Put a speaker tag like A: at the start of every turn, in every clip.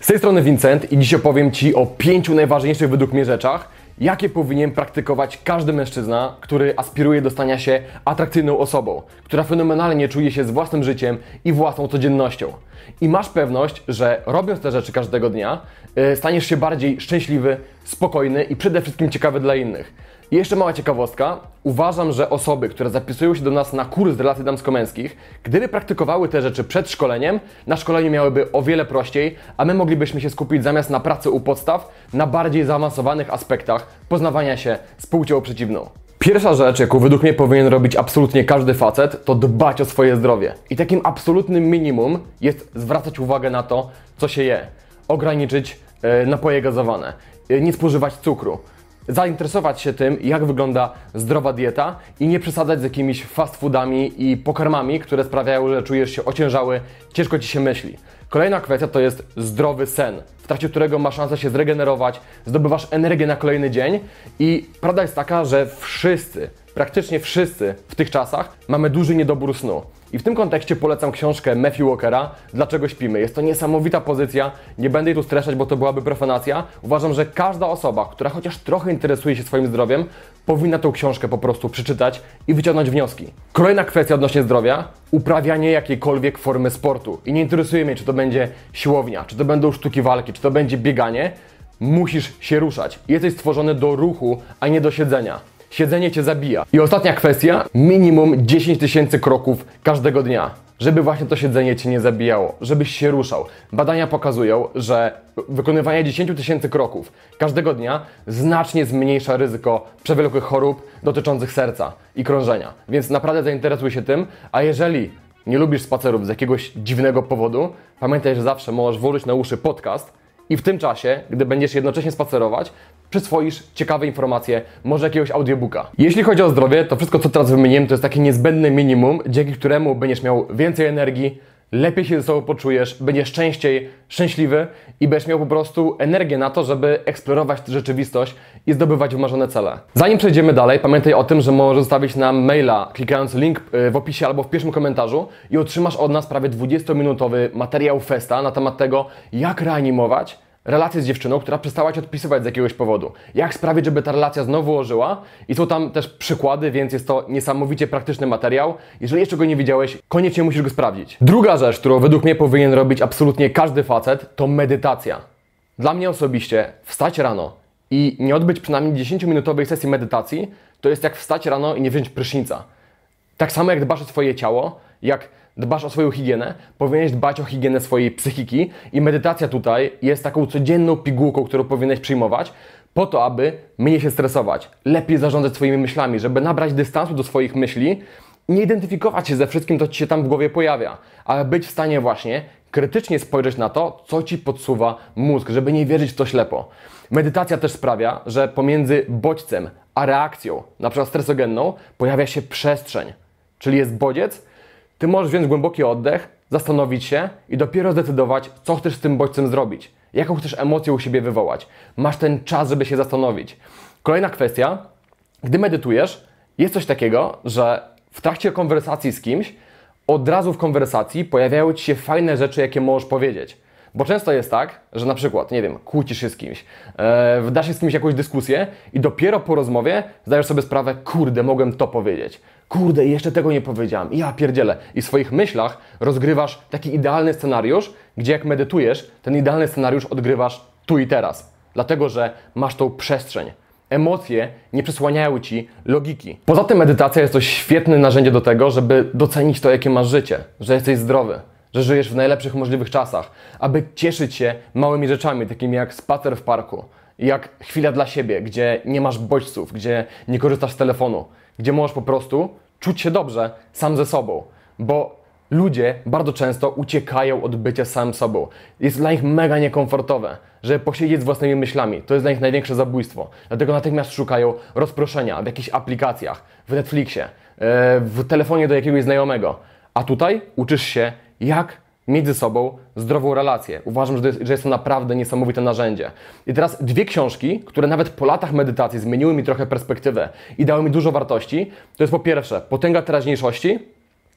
A: Z tej strony Vincent i dziś opowiem Ci o 5 najważniejszych według mnie rzeczach, jakie powinien praktykować każdy mężczyzna, który aspiruje do stania się atrakcyjną osobą, która fenomenalnie czuje się z własnym życiem i własną codziennością. I masz pewność, że robiąc te rzeczy każdego dnia, staniesz się bardziej szczęśliwy, spokojny i przede wszystkim ciekawy dla innych. I jeszcze mała ciekawostka. Uważam, że osoby, które zapisują się do nas na kurs relacji damsko-męskich, gdyby praktykowały te rzeczy przed szkoleniem, na szkoleniu miałyby o wiele prościej, a my moglibyśmy się skupić zamiast na pracy u podstaw, na bardziej zaawansowanych aspektach poznawania się z płcią przeciwną. Pierwsza rzecz, jaką według mnie powinien robić absolutnie każdy facet, to dbać o swoje zdrowie. I takim absolutnym minimum jest zwracać uwagę na to, co się je. Ograniczyć napoje gazowane, nie spożywać cukru. Zainteresować się tym, jak wygląda zdrowa dieta i nie przesadzać z jakimiś fast foodami i pokarmami, które sprawiają, że czujesz się ociężały, ciężko Ci się myśli. Kolejna kwestia to jest zdrowy sen, w trakcie którego masz szansę się zregenerować, zdobywasz energię na kolejny dzień i prawda jest taka, że praktycznie wszyscy w tych czasach mamy duży niedobór snu. I w tym kontekście polecam książkę Matthew Walkera Dlaczego śpimy. Jest to niesamowita pozycja, nie będę jej tu streszczać, bo to byłaby profanacja. Uważam, że każda osoba, która chociaż trochę interesuje się swoim zdrowiem, powinna tą książkę po prostu przeczytać i wyciągnąć wnioski. Kolejna kwestia odnośnie zdrowia, uprawianie jakiejkolwiek formy sportu. I nie interesuje mnie, czy to będzie siłownia, czy to będą sztuki walki, czy to będzie bieganie. Musisz się ruszać. Jesteś stworzony do ruchu, a nie do siedzenia. Siedzenie Cię zabija. I ostatnia kwestia, minimum 10 000 kroków każdego dnia, żeby właśnie to siedzenie Cię nie zabijało, żebyś się ruszał. Badania pokazują, że wykonywanie 10 000 kroków każdego dnia znacznie zmniejsza ryzyko przewlekłych chorób dotyczących serca i krążenia. Więc naprawdę zainteresuj się tym, a jeżeli nie lubisz spacerów z jakiegoś dziwnego powodu, pamiętaj, że zawsze możesz włożyć na uszy podcast i w tym czasie, gdy będziesz jednocześnie spacerować, przyswoisz ciekawe informacje, może jakiegoś audiobooka. Jeśli chodzi o zdrowie, to wszystko, co teraz wymieniłem, to jest takie niezbędne minimum, dzięki któremu będziesz miał więcej energii, lepiej się ze sobą poczujesz, będziesz częściej szczęśliwy i będziesz miał po prostu energię na to, żeby eksplorować rzeczywistość i zdobywać wymarzone cele. Zanim przejdziemy dalej, pamiętaj o tym, że możesz zostawić nam maila, klikając link w opisie albo w pierwszym komentarzu i otrzymasz od nas prawie 20-minutowy materiał Festa na temat tego, jak reanimować relację z dziewczyną, która przestała Cię odpisywać z jakiegoś powodu. Jak sprawić, żeby ta relacja znowu ożyła? I są tam też przykłady, więc jest to niesamowicie praktyczny materiał. Jeżeli jeszcze go nie widziałeś, koniecznie musisz go sprawdzić. Druga rzecz, którą według mnie powinien robić absolutnie każdy facet, to medytacja. Dla mnie osobiście wstać rano i nie odbyć przynajmniej 10-minutowej sesji medytacji, to jest jak wstać rano i nie wziąć prysznica. Tak samo jak dbasz o swoje ciało, jak dbasz o swoją higienę, powinieneś dbać o higienę swojej psychiki i medytacja tutaj jest taką codzienną pigułką, którą powinieneś przyjmować po to, aby mniej się stresować, lepiej zarządzać swoimi myślami, żeby nabrać dystansu do swoich myśli i nie identyfikować się ze wszystkim, co Ci się tam w głowie pojawia, ale być w stanie właśnie krytycznie spojrzeć na to, co Ci podsuwa mózg, żeby nie wierzyć w to ślepo. Medytacja też sprawia, że pomiędzy bodźcem a reakcją, na przykład stresogenną, pojawia się przestrzeń, czyli jest bodziec. Ty możesz wziąć głęboki oddech, zastanowić się i dopiero zdecydować, co chcesz z tym bodźcem zrobić, jaką chcesz emocję u siebie wywołać. Masz ten czas, żeby się zastanowić. Kolejna kwestia, gdy medytujesz, jest coś takiego, że w trakcie konwersacji z kimś, od razu w konwersacji pojawiają Ci się fajne rzeczy, jakie możesz powiedzieć. Bo często jest tak, że na przykład, nie wiem, kłócisz się z kimś, wdasz się z kimś jakąś dyskusję i dopiero po rozmowie zdajesz sobie sprawę, kurde, mogłem to powiedzieć. Kurde, jeszcze tego nie powiedziałam. Ja pierdzielę. I w swoich myślach rozgrywasz taki idealny scenariusz, gdzie jak medytujesz, ten idealny scenariusz odgrywasz tu i teraz. Dlatego, że masz tą przestrzeń. Emocje nie przesłaniają Ci logiki. Poza tym medytacja jest to świetne narzędzie do tego, żeby docenić to, jakie masz życie. Że jesteś zdrowy, że żyjesz w najlepszych możliwych czasach. Aby cieszyć się małymi rzeczami, takimi jak spacer w parku, jak chwila dla siebie, gdzie nie masz bodźców, gdzie nie korzystasz z telefonu, gdzie możesz po prostu czuć się dobrze sam ze sobą, bo ludzie bardzo często uciekają od bycia samym sobą. Jest dla nich mega niekomfortowe, żeby posiedzieć z własnymi myślami. To jest dla nich największe zabójstwo. Dlatego natychmiast szukają rozproszenia w jakichś aplikacjach, w Netflixie, w telefonie do jakiegoś znajomego. A tutaj uczysz się, jak mieć ze sobą zdrową relację. Uważam, że jest to naprawdę niesamowite narzędzie. I teraz dwie książki, które nawet po latach medytacji zmieniły mi trochę perspektywę i dały mi dużo wartości, to jest po pierwsze Potęga teraźniejszości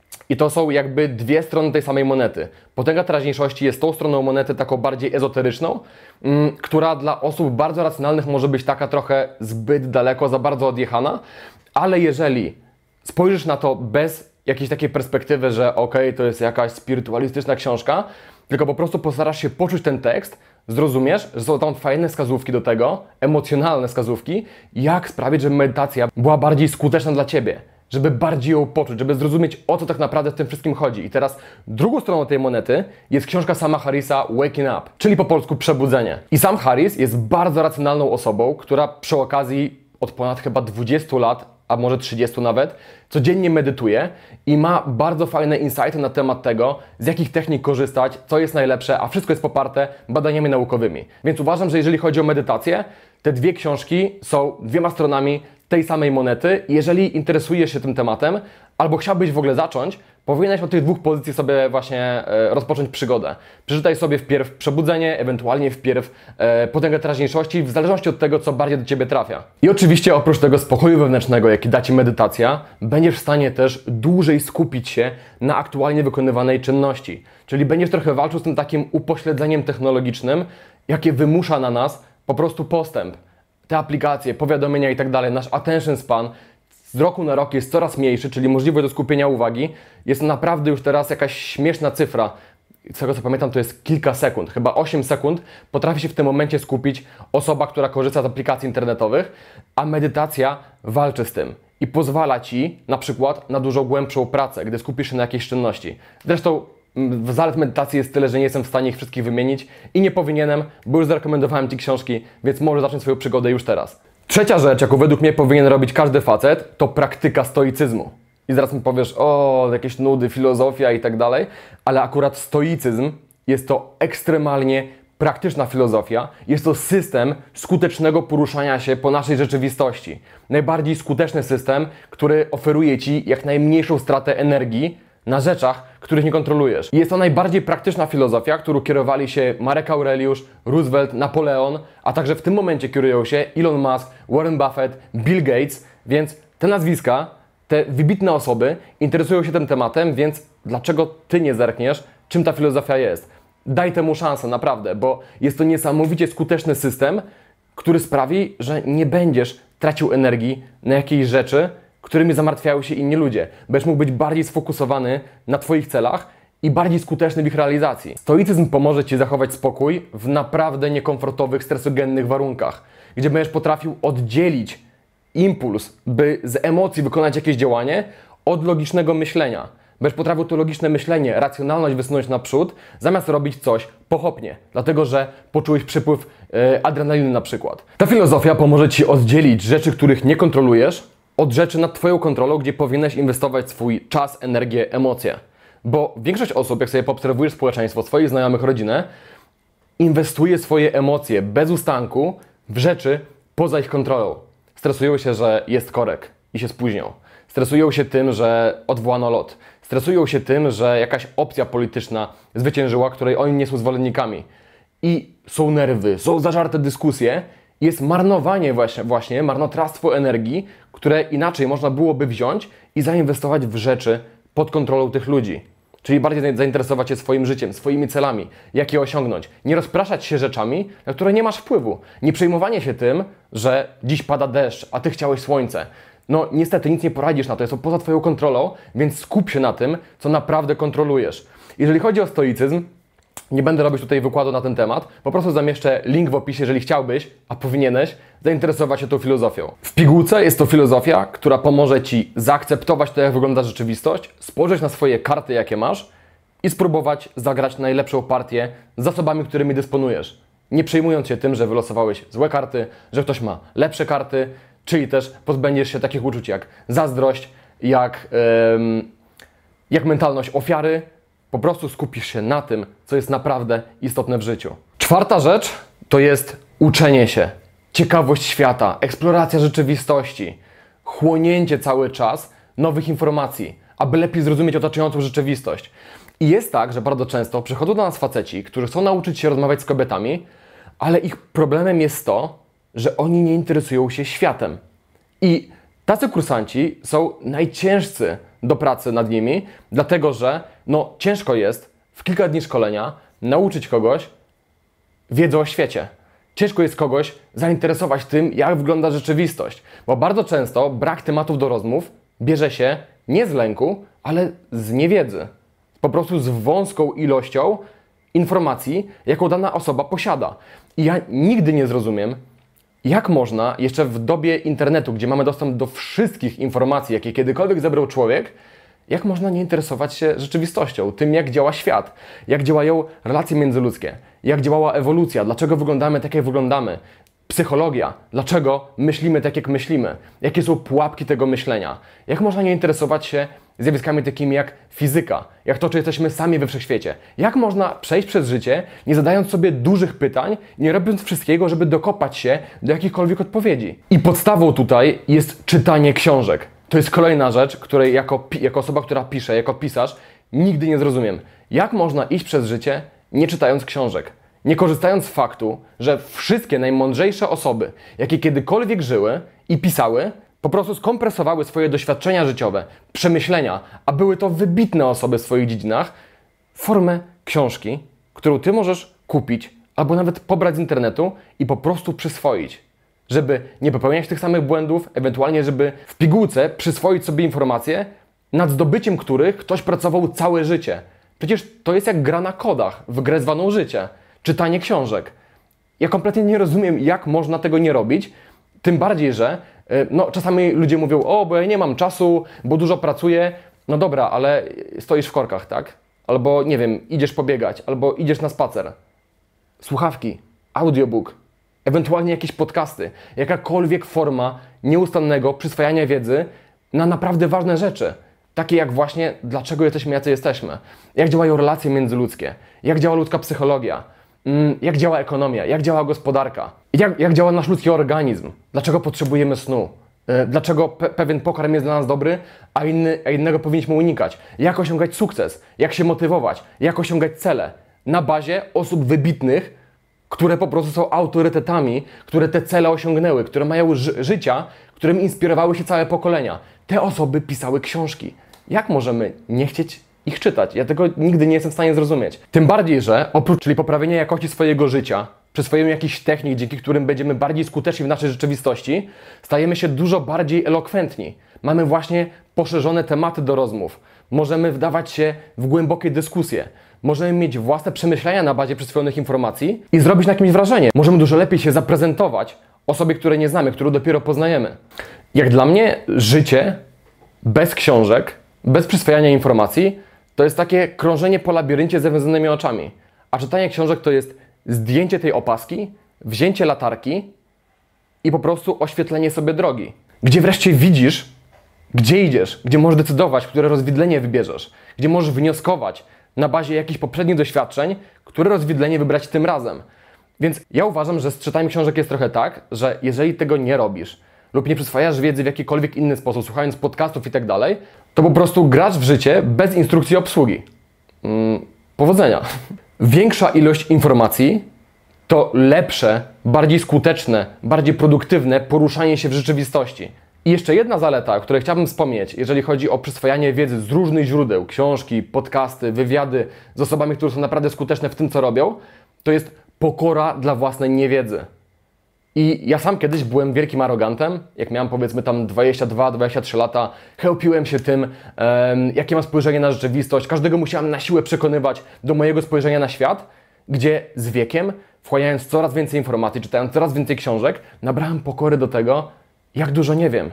A: I to są jakby dwie strony tej samej monety. Potęga teraźniejszości jest tą stroną monety taką bardziej ezoteryczną, która dla osób bardzo racjonalnych może być taka trochę zbyt daleko, za bardzo odjechana, ale jeżeli spojrzysz na to bez jakiejś takiej perspektywy, że okej, to jest jakaś spirytualistyczna książka, tylko po prostu postarasz się poczuć ten tekst, zrozumiesz, że są tam fajne wskazówki do tego, emocjonalne wskazówki, jak sprawić, żeby medytacja była bardziej skuteczna dla Ciebie, żeby bardziej ją poczuć, żeby zrozumieć, o co tak naprawdę w tym wszystkim chodzi. I teraz drugą stroną tej monety jest książka Sama Harrisa Waking Up, czyli po polsku Przebudzenie. I sam Harris jest bardzo racjonalną osobą, która przy okazji od ponad chyba 20 lat, a może 30 nawet, codziennie medytuje i ma bardzo fajne insighty na temat tego, z jakich technik korzystać, co jest najlepsze, a wszystko jest poparte badaniami naukowymi. Więc uważam, że jeżeli chodzi o medytację, te dwie książki są dwiema stronami tej samej monety. Jeżeli interesujesz się tym tematem, albo chciałbyś w ogóle zacząć, powinieneś od tych dwóch pozycji sobie właśnie rozpocząć przygodę. Przeczytaj sobie wpierw Przebudzenie, ewentualnie wpierw Potęgę teraźniejszości, w zależności od tego, co bardziej do Ciebie trafia. I oczywiście oprócz tego spokoju wewnętrznego, jaki da Ci medytacja, będziesz w stanie też dłużej skupić się na aktualnie wykonywanej czynności. Czyli będziesz trochę walczył z tym takim upośledzeniem technologicznym, jakie wymusza na nas po prostu postęp. Te aplikacje, powiadomienia i tak dalej, nasz attention span z roku na rok jest coraz mniejszy, czyli możliwość do skupienia uwagi jest naprawdę już teraz jakaś śmieszna cyfra. Z tego co pamiętam, to jest kilka sekund, chyba 8 sekund potrafi się w tym momencie skupić osoba, która korzysta z aplikacji internetowych, a medytacja walczy z tym i pozwala Ci na przykład na dużo głębszą pracę, gdy skupisz się na jakiejś czynności. Zresztą zalet medytacji jest tyle, że nie jestem w stanie ich wszystkich wymienić i nie powinienem, bo już zarekomendowałem Ci książki, więc możesz zacząć swoją przygodę już teraz. Trzecia rzecz, jaką według mnie powinien robić każdy facet, to praktyka stoicyzmu. I zaraz mi powiesz, o, jakieś nudy, filozofia i tak dalej, ale akurat stoicyzm jest to ekstremalnie praktyczna filozofia, jest to system skutecznego poruszania się po naszej rzeczywistości. Najbardziej skuteczny system, który oferuje Ci jak najmniejszą stratę energii na rzeczach, których nie kontrolujesz. I jest to najbardziej praktyczna filozofia, którą kierowali się Marek Aureliusz, Roosevelt, Napoleon, a także w tym momencie kierują się Elon Musk, Warren Buffett, Bill Gates, więc te nazwiska, te wybitne osoby interesują się tym tematem, więc dlaczego Ty nie zerkniesz, czym ta filozofia jest? Daj temu szansę, naprawdę, bo jest to niesamowicie skuteczny system, który sprawi, że nie będziesz tracił energii na jakieś rzeczy, którymi zamartwiają się inni ludzie. Będziesz mógł być bardziej sfokusowany na Twoich celach i bardziej skuteczny w ich realizacji. Stoicyzm pomoże Ci zachować spokój w naprawdę niekomfortowych, stresogennych warunkach, gdzie będziesz potrafił oddzielić impuls, by z emocji wykonać jakieś działanie, od logicznego myślenia. Będziesz potrafił to logiczne myślenie, racjonalność wysunąć naprzód, zamiast robić coś pochopnie, dlatego że poczułeś przypływ adrenaliny na przykład. Ta filozofia pomoże Ci oddzielić rzeczy, których nie kontrolujesz, od rzeczy nad Twoją kontrolą, gdzie powinieneś inwestować swój czas, energię, emocje. Bo większość osób, jak sobie poobserwujesz społeczeństwo, swoich znajomych, rodzinę, inwestuje swoje emocje bez ustanku w rzeczy poza ich kontrolą. Stresują się, że jest korek i się spóźnią. Stresują się tym, że odwołano lot. Stresują się tym, że jakaś opcja polityczna zwyciężyła, której oni nie są zwolennikami. I są nerwy, są zażarte dyskusje. Jest marnowanie właśnie marnotrawstwo energii, które inaczej można byłoby wziąć i zainwestować w rzeczy pod kontrolą tych ludzi. Czyli bardziej zainteresować się swoim życiem, swoimi celami, jak je osiągnąć. Nie rozpraszać się rzeczami, na które nie masz wpływu. Nie przejmowanie się tym, że dziś pada deszcz, a Ty chciałeś słońce. No niestety nic nie poradzisz na to, jest to poza Twoją kontrolą, więc skup się na tym, co naprawdę kontrolujesz. Jeżeli chodzi o stoicyzm, nie będę robić tutaj wykładu na ten temat, po prostu zamieszczę link w opisie, jeżeli chciałbyś, a powinieneś, zainteresować się tą filozofią. W pigułce jest to filozofia, która pomoże Ci zaakceptować to, jak wygląda rzeczywistość, spojrzeć na swoje karty, jakie masz i spróbować zagrać najlepszą partię z zasobami, którymi dysponujesz. Nie przejmując się tym, że wylosowałeś złe karty, że ktoś ma lepsze karty, czyli też pozbędziesz się takich uczuć jak zazdrość, jak mentalność ofiary. Po prostu skupisz się na tym, co jest naprawdę istotne w życiu. Czwarta rzecz to jest uczenie się, ciekawość świata, eksploracja rzeczywistości, chłonięcie cały czas nowych informacji, aby lepiej zrozumieć otaczającą rzeczywistość. I jest tak, że bardzo często przychodzą do nas faceci, którzy chcą nauczyć się rozmawiać z kobietami, ale ich problemem jest to, że oni nie interesują się światem. I tacy kursanci są najciężcy do pracy nad nimi, dlatego że ciężko jest w kilka dni szkolenia nauczyć kogoś wiedzy o świecie. Ciężko jest kogoś zainteresować tym, jak wygląda rzeczywistość, bo bardzo często brak tematów do rozmów bierze się nie z lęku, ale z niewiedzy. Po prostu z wąską ilością informacji, jaką dana osoba posiada. I ja nigdy nie zrozumiem, jak można jeszcze w dobie internetu, gdzie mamy dostęp do wszystkich informacji, jakie kiedykolwiek zebrał człowiek, jak można nie interesować się rzeczywistością, tym jak działa świat, jak działają relacje międzyludzkie, jak działała ewolucja, dlaczego wyglądamy tak jak wyglądamy, psychologia, dlaczego myślimy tak jak myślimy, jakie są pułapki tego myślenia, jak można nie interesować się zjawiskami takimi jak fizyka, jak to, czy jesteśmy sami we wszechświecie, jak można przejść przez życie, nie zadając sobie dużych pytań, nie robiąc wszystkiego, żeby dokopać się do jakichkolwiek odpowiedzi. I podstawą tutaj jest czytanie książek. To jest kolejna rzecz, której jako osoba, która pisze, jako pisarz, nigdy nie zrozumiem. Jak można iść przez życie, nie czytając książek? Nie korzystając z faktu, że wszystkie najmądrzejsze osoby, jakie kiedykolwiek żyły i pisały, po prostu skompresowały swoje doświadczenia życiowe, przemyślenia, a były to wybitne osoby w swoich dziedzinach, w formę książki, którą Ty możesz kupić albo nawet pobrać z internetu i po prostu przyswoić. Żeby nie popełniać tych samych błędów, ewentualnie żeby w pigułce przyswoić sobie informacje, nad zdobyciem których ktoś pracował całe życie. Przecież to jest jak gra na kodach w grę zwaną życie. Czytanie książek. Ja kompletnie nie rozumiem, jak można tego nie robić, tym bardziej, że czasami ludzie mówią, bo ja nie mam czasu, bo dużo pracuję. No dobra, ale stoisz w korkach, tak? Albo, nie wiem, idziesz pobiegać, albo idziesz na spacer. Słuchawki, audiobook, ewentualnie jakieś podcasty, jakakolwiek forma nieustannego przyswajania wiedzy na naprawdę ważne rzeczy. Takie jak właśnie, dlaczego jesteśmy jacy jesteśmy, jak działają relacje międzyludzkie, jak działa ludzka psychologia, jak działa ekonomia, jak działa gospodarka, jak działa nasz ludzki organizm, dlaczego potrzebujemy snu, dlaczego pewien pokarm jest dla nas dobry, a innego powinniśmy unikać, jak osiągać sukces, jak się motywować, jak osiągać cele na bazie osób wybitnych, które po prostu są autorytetami, które te cele osiągnęły, które mają życia, którym inspirowały się całe pokolenia. Te osoby pisały książki. Jak możemy nie chcieć ich czytać? Ja tego nigdy nie jestem w stanie zrozumieć. Tym bardziej, że oprócz poprawienia jakości swojego życia, przyswojenia jakichś technik, dzięki którym będziemy bardziej skuteczni w naszej rzeczywistości, stajemy się dużo bardziej elokwentni. Mamy właśnie poszerzone tematy do rozmów. Możemy wdawać się w głębokie dyskusje. Możemy mieć własne przemyślenia na bazie przyswojonych informacji i zrobić na kimś wrażenie. Możemy dużo lepiej się zaprezentować osobie, której nie znamy, którą dopiero poznajemy. Jak dla mnie życie bez książek, bez przyswajania informacji, to jest takie krążenie po labiryncie z zawiązanymi oczami. A czytanie książek to jest zdjęcie tej opaski, wzięcie latarki i po prostu oświetlenie sobie drogi. Gdzie wreszcie widzisz, gdzie idziesz, gdzie możesz decydować, które rozwidlenie wybierzesz, gdzie możesz wnioskować na bazie jakichś poprzednich doświadczeń, które rozwidlenie wybrać tym razem. Więc ja uważam, że z czytaniem książek jest trochę tak, że jeżeli tego nie robisz lub nie przyswajasz wiedzy w jakikolwiek inny sposób, słuchając podcastów i tak dalej, to po prostu grasz w życie bez instrukcji obsługi. Powodzenia. Większa ilość informacji to lepsze, bardziej skuteczne, bardziej produktywne poruszanie się w rzeczywistości. I jeszcze jedna zaleta, o której chciałbym wspomnieć, jeżeli chodzi o przyswajanie wiedzy z różnych źródeł, książki, podcasty, wywiady z osobami, które są naprawdę skuteczne w tym, co robią, to jest pokora dla własnej niewiedzy. I ja sam kiedyś byłem wielkim arogantem, jak miałem powiedzmy tam 22-23 lata, chełpiłem się tym, jakie mam spojrzenie na rzeczywistość, każdego musiałem na siłę przekonywać do mojego spojrzenia na świat, gdzie z wiekiem, wchłaniając coraz więcej informacji, czytając coraz więcej książek, nabrałem pokory do tego, jak dużo nie wiem,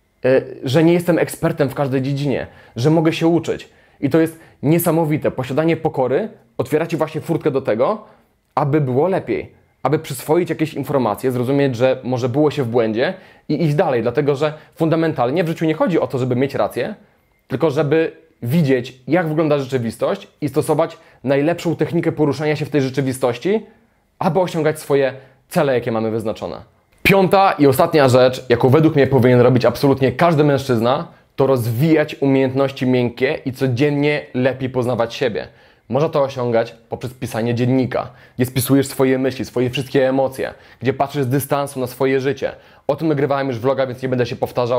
A: że nie jestem ekspertem w każdej dziedzinie, że mogę się uczyć. I to jest niesamowite. Posiadanie pokory otwiera Ci właśnie furtkę do tego, aby było lepiej, aby przyswoić jakieś informacje, zrozumieć, że może było się w błędzie i iść dalej, dlatego że fundamentalnie w życiu nie chodzi o to, żeby mieć rację, tylko żeby widzieć, jak wygląda rzeczywistość i stosować najlepszą technikę poruszania się w tej rzeczywistości, aby osiągać swoje cele, jakie mamy wyznaczone. Piąta i ostatnia rzecz, jaką według mnie powinien robić absolutnie każdy mężczyzna, to rozwijać umiejętności miękkie i codziennie lepiej poznawać siebie. Można to osiągać poprzez pisanie dziennika, gdzie spisujesz swoje myśli, swoje wszystkie emocje, gdzie patrzysz z dystansu na swoje życie. O tym nagrywałem już vloga, więc nie będę się powtarzał.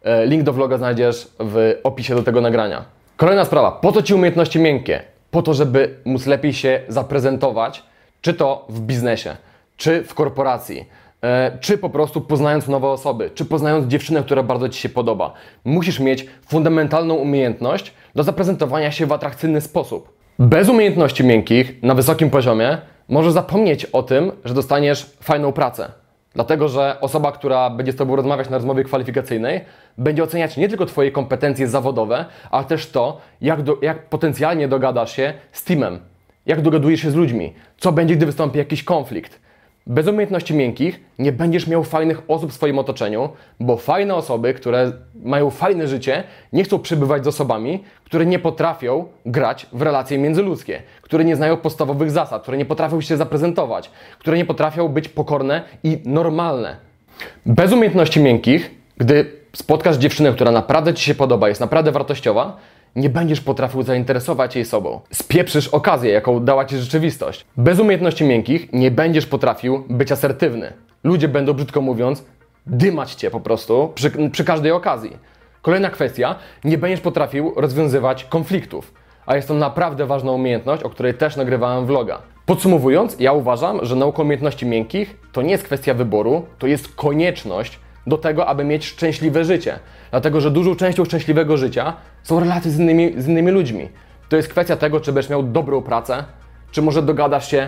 A: Link do vloga znajdziesz w opisie do tego nagrania. Kolejna sprawa. Po co Ci umiejętności miękkie? Po to, żeby móc lepiej się zaprezentować, czy to w biznesie, czy w korporacji, czy po prostu poznając nowe osoby, czy poznając dziewczynę, która bardzo Ci się podoba. Musisz mieć fundamentalną umiejętność do zaprezentowania się w atrakcyjny sposób. Bez umiejętności miękkich na wysokim poziomie możesz zapomnieć o tym, że dostaniesz fajną pracę. Dlatego, że osoba, która będzie z Tobą rozmawiać na rozmowie kwalifikacyjnej, będzie oceniać nie tylko Twoje kompetencje zawodowe, ale też to, jak potencjalnie dogadasz się z teamem, jak dogadujesz się z ludźmi, co będzie, gdy wystąpi jakiś konflikt. Bez umiejętności miękkich nie będziesz miał fajnych osób w swoim otoczeniu, bo fajne osoby, które mają fajne życie, nie chcą przybywać z osobami, które nie potrafią grać w relacje międzyludzkie, które nie znają podstawowych zasad, które nie potrafią się zaprezentować, które nie potrafią być pokorne i normalne. Bez umiejętności miękkich, gdy spotkasz dziewczynę, która naprawdę Ci się podoba, jest naprawdę wartościowa, nie będziesz potrafił zainteresować jej sobą. Spieprzysz okazję, jaką dała Ci rzeczywistość. Bez umiejętności miękkich nie będziesz potrafił być asertywny. Ludzie będą, brzydko mówiąc, dymać Cię po prostu przy każdej okazji. Kolejna kwestia, nie będziesz potrafił rozwiązywać konfliktów. A jest to naprawdę ważna umiejętność, o której też nagrywałem vloga. Podsumowując, ja uważam, że nauka umiejętności miękkich to nie jest kwestia wyboru, to jest konieczność do tego, aby mieć szczęśliwe życie. Dlatego, że dużą częścią szczęśliwego życia są relacje z innymi ludźmi. To jest kwestia tego, czy będziesz miał dobrą pracę, czy może dogadasz się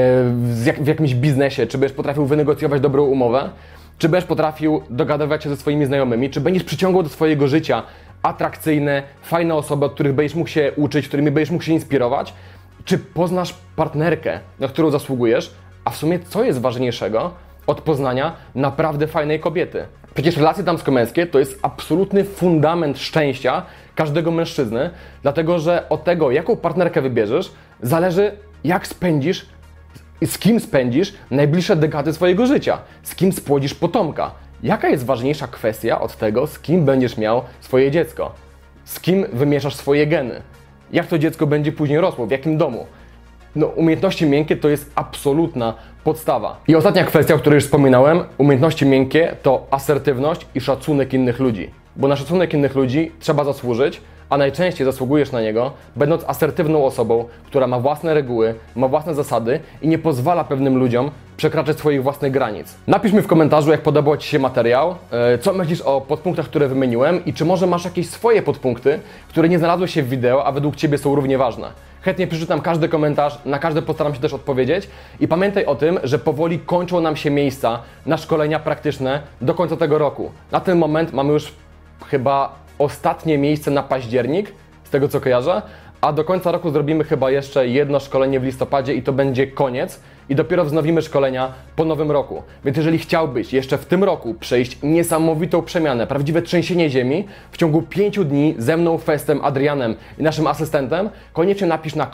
A: w jakimś biznesie, czy będziesz potrafił wynegocjować dobrą umowę, czy będziesz potrafił dogadywać się ze swoimi znajomymi, czy będziesz przyciągał do swojego życia atrakcyjne, fajne osoby, od których będziesz mógł się uczyć, którymi będziesz mógł się inspirować, czy poznasz partnerkę, na którą zasługujesz, a w sumie co jest ważniejszego od poznania naprawdę fajnej kobiety. Przecież relacje damsko-męskie to jest absolutny fundament szczęścia każdego mężczyzny, dlatego że od tego, jaką partnerkę wybierzesz, zależy, jak spędzisz i z kim spędzisz najbliższe dekady swojego życia, z kim spłodzisz potomka. Jaka jest ważniejsza kwestia od tego, z kim będziesz miał swoje dziecko? Z kim wymieszasz swoje geny? Jak to dziecko będzie później rosło? W jakim domu? No, umiejętności miękkie to jest absolutna podstawa. I ostatnia kwestia, o której już wspominałem, umiejętności miękkie to asertywność i szacunek innych ludzi. Bo na szacunek innych ludzi trzeba zasłużyć, a najczęściej zasługujesz na niego, będąc asertywną osobą, która ma własne reguły, ma własne zasady i nie pozwala pewnym ludziom przekraczać swoich własnych granic. Napisz mi w komentarzu, jak podobał Ci się materiał, co myślisz o podpunktach, które wymieniłem i czy może masz jakieś swoje podpunkty, które nie znalazły się w wideo, a według Ciebie są równie ważne. Chętnie przeczytam każdy komentarz, na każdy postaram się też odpowiedzieć i pamiętaj o tym, że powoli kończą nam się miejsca na szkolenia praktyczne do końca tego roku. Na ten moment mamy już chyba ostatnie miejsce na październik, z tego co kojarzę, a do końca roku zrobimy chyba jeszcze jedno szkolenie w listopadzie i to będzie koniec i dopiero wznowimy szkolenia po nowym roku. Więc jeżeli chciałbyś jeszcze w tym roku przejść niesamowitą przemianę, prawdziwe trzęsienie ziemi w ciągu 5 dni ze mną, Festem, Adrianem i naszym asystentem, koniecznie napisz na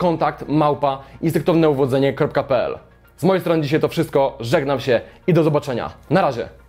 A: kontakt@instynktowneuwodzenie.pl. Z mojej strony dzisiaj to wszystko, żegnam się i do zobaczenia. Na razie!